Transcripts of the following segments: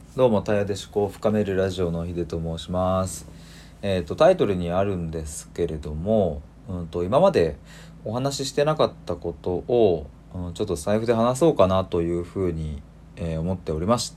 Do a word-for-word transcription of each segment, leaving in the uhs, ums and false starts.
どうも、タイヤで思考を深めるラジオのヒデと申します。えっと、タイトルにあるんですけれども、うんと、今までお話ししてなかったことを、うん、ちょっと財布で話そうかなというふうに、えー思っておりまして、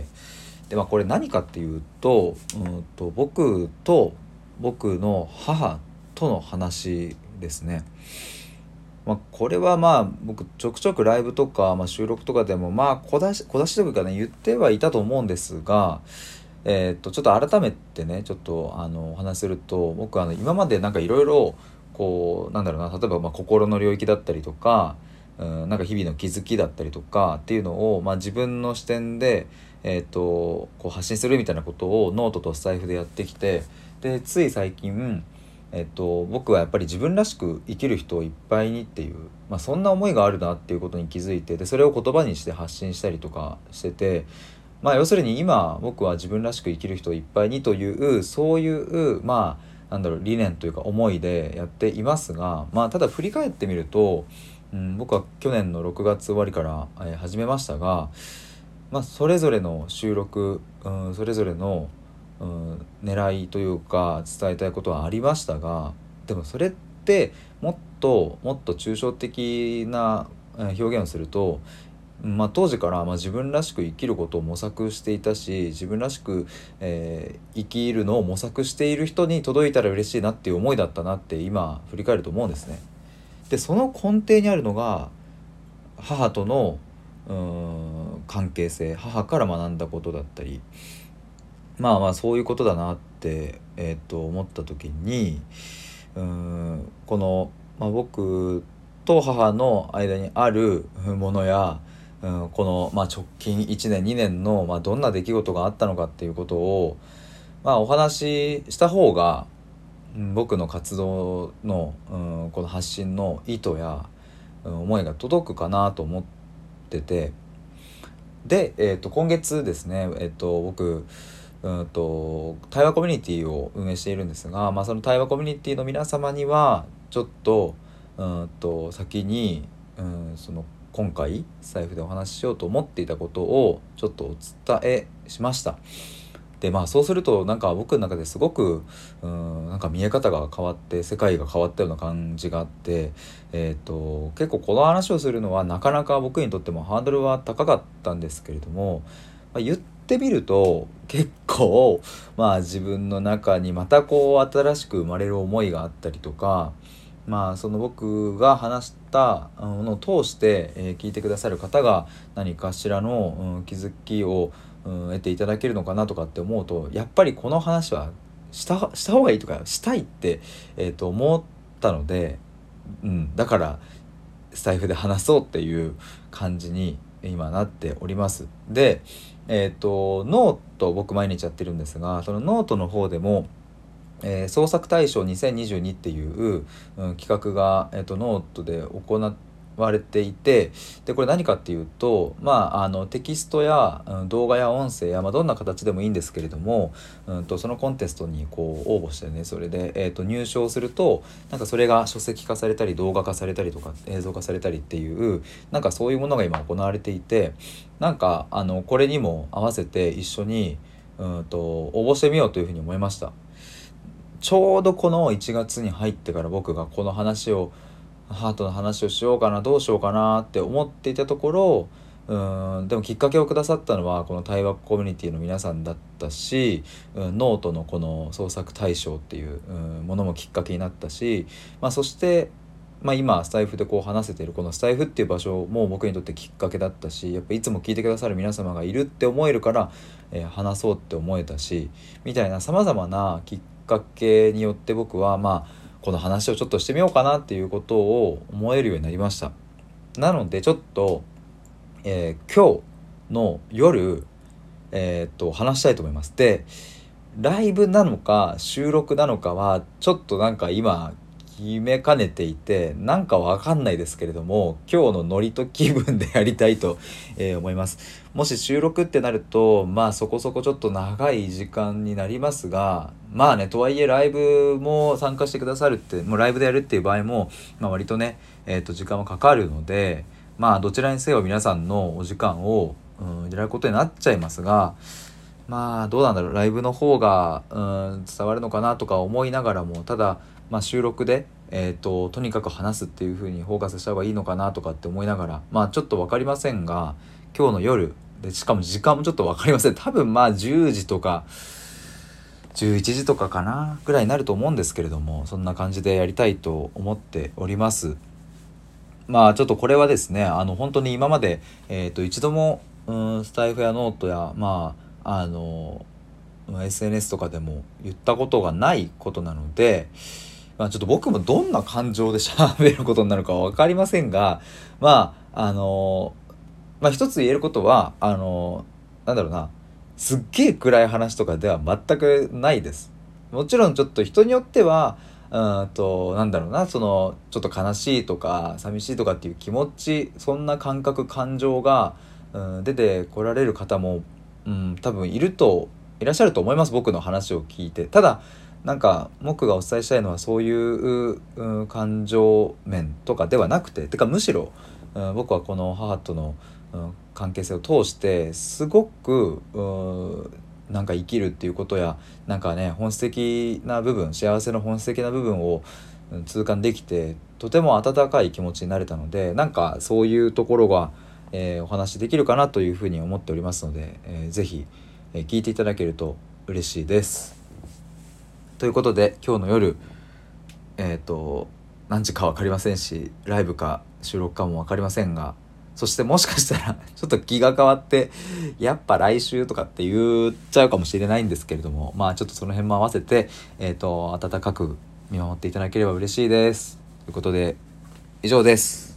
で、まあ、これ何かっていうと、うんと、僕と僕の母との話ですね。まあ、これはまあ僕ちょくちょくライブとか、まあ、収録とかでもまあ小出し小出しというかね言ってはいたと思うんですが、えーっとちょっと改めてねちょっとあのお話しすると、僕あの今までなんかいろいろこうなんだろうな、例えばまあ心の領域だったりとか、うん、なんか日々の気づきだったりとかっていうのを、まあ、自分の視点で、えーっとこう発信するみたいなことをノートとスタイフでやってきて、でつい最近えっと、僕はやっぱり自分らしく生きる人をいっぱいにっていう、まあ、そんな思いがあるなっていうことに気づいて、でそれを言葉にして発信したりとかしてて、まあ、要するに今僕は自分らしく生きる人をいっぱいにというそういうまあなんだろう理念というか思いでやっていますが、まあ、ただ振り返ってみると、うん、僕は去年のろくがつ終わりから、えー始めましたが、まあ、それぞれの収録、うん、それぞれの、うん、狙いというか伝えたいことはありましたが、でもそれってもっともっと抽象的なえー表現をすると、まあ、当時から、まあ、自分らしく生きることを模索していたし、自分らしく、えー生きるのを模索している人に届いたら嬉しいなっていう思いだったなって今振り返ると思うんですね。でその根底にあるのが母とのうーん関係性、母から学んだことだったり、まあまあそういうことだなって、えー、と思った時に、うーんこの、まあ、僕と母の間にあるものや、うん、この、まあ、直近いちねんにねんの、まあ、どんな出来事があったのかっていうことを、まあ、お話しした方が、うん、僕の活動の、うん、この発信の意図や、うん、思いが届くかなと思ってて、で、えー、と今月ですね、えー、と僕うんと対話コミュニティを運営しているんですが、まあ、その対話コミュニティの皆様にはちょっとうんと先に、うん、その今回スタイフでお話ししようと思っていたことをちょっとお伝えしました。でまあそうするとなんか僕の中ですごくうんなんか見え方が変わって世界が変わったような感じがあって、えー、と結構この話をするのはなかなか僕にとってもハードルは高かったんですけれども、まあ、言ってみると結構まあ自分の中にまたこう新しく生まれる思いがあったりとか、まあその僕が話したものを通して、えー聞いてくださる方が何かしらの、うん、気づきを、うん、得ていただけるのかなとかって思うと、やっぱりこの話はしたした方がいいとかしたいって、えーと思ったので、うん、だからスタイフで話そうっていう感じに今なっております。で、えっ、とノート僕毎日やってるんですが、そのノートの方でも、えー創作大賞にせんにじゅうにっていう、うん、企画が、えー、とノートで行われていて、でこれ何かっていうと、まあ、あのテキストや、うん、動画や音声や、まあ、どんな形でもいいんですけれども、うん、とそのコンテストにこう応募してね、それで、えー、と入賞するとなんかそれが書籍化されたり動画化されたりとか映像化されたりっていう、なんかそういうものが今行われていて、なんかあのこれにも合わせて一緒に、うんと応募してみようというふうに思いました。ちょうどこのいちがつに入ってから僕がこの話をハートの話をしようかなどうしようかなって思っていたところ、うーんでもきっかけをくださったのはこの対話コミュニティの皆さんだったし、うん、ノートのこの創作大賞っていう、うん、ものもきっかけになったし、まあ、そして、まあ、今スタイフでこう話せているこのスタイフっていう場所も僕にとってきっかけだったし、やっぱいつも聞いてくださる皆様がいるって思えるから、えー話そうって思えたし、みたいなさまざまなきっかけによって僕はまあこの話をちょっとしてみようかなっていうことを思えるようになりました。なのでちょっと、えー今日の夜、えーっと話したいと思います。でライブなのか収録なのかはちょっとなんか今決めかねていて、なんかわかんないですけれども、今日のノリと気分でやりたいと、えー思います。もし収録ってなるとまあそこそこちょっと長い時間になりますが、まあね、とはいえライブも参加してくださるって、もうライブでやるっていう場合も、まあ、割とね、えー、と時間はかかるので、まあどちらにせよ皆さんのお時間を、うん、いただくことになっちゃいますが、 まあどうなんだろう、ライブの方がうん伝わるのかなとか思いながらも、ただまあ収録でえーと、とにかく話すっていう風にフォーカスした方がいいのかなとかって思いながら、まあちょっと分かりませんが、今日の夜で、しかも時間もちょっと分かりません。多分まあじゅうじとかじゅういちじとかかなぐらいになると思うんですけれども、そんな感じでやりたいと思っております。まあちょっとこれはですね、あの本当に今まで、えーと一度もうんスタイフやノートやまああの エスエヌエス とかでも言ったことがないことなので、まあ、ちょっと僕もどんな感情で喋ることになるかは分かりませんが、まああのまあ一つ言えることはあのなんだろうな、すっげえ暗い話とかでは全くないです。もちろんちょっと人によってはうんとなんだろうな、そのちょっと悲しいとか寂しいとかっていう気持ち、そんな感覚感情が、うん、出てこられる方も、うん、多分いるといらっしゃると思います。僕の話を聞いて。ただなんか僕がお伝えしたいのはそういう、うん、感情面とかではなくて、てかむしろ、うん、僕はこの母との、うん、関係性を通してすごく、うん、なんか生きるっていうことや、なんかね本質的な部分、幸せの本質的な部分をうん痛感できて、とても温かい気持ちになれたので、なんかそういうところが、えーお話しできるかなというふうに思っておりますので、えーぜひ、えー聞いていただけると嬉しいです。ということで今日の夜、えっ、と何時か分かりませんし、ライブか収録かも分かりませんが、そしてもしかしたらちょっと気が変わってやっぱ来週とかって言っちゃうかもしれないんですけれども、まあちょっとその辺も合わせて、えっ、と温かく見守っていただければ嬉しいです。ということで以上です。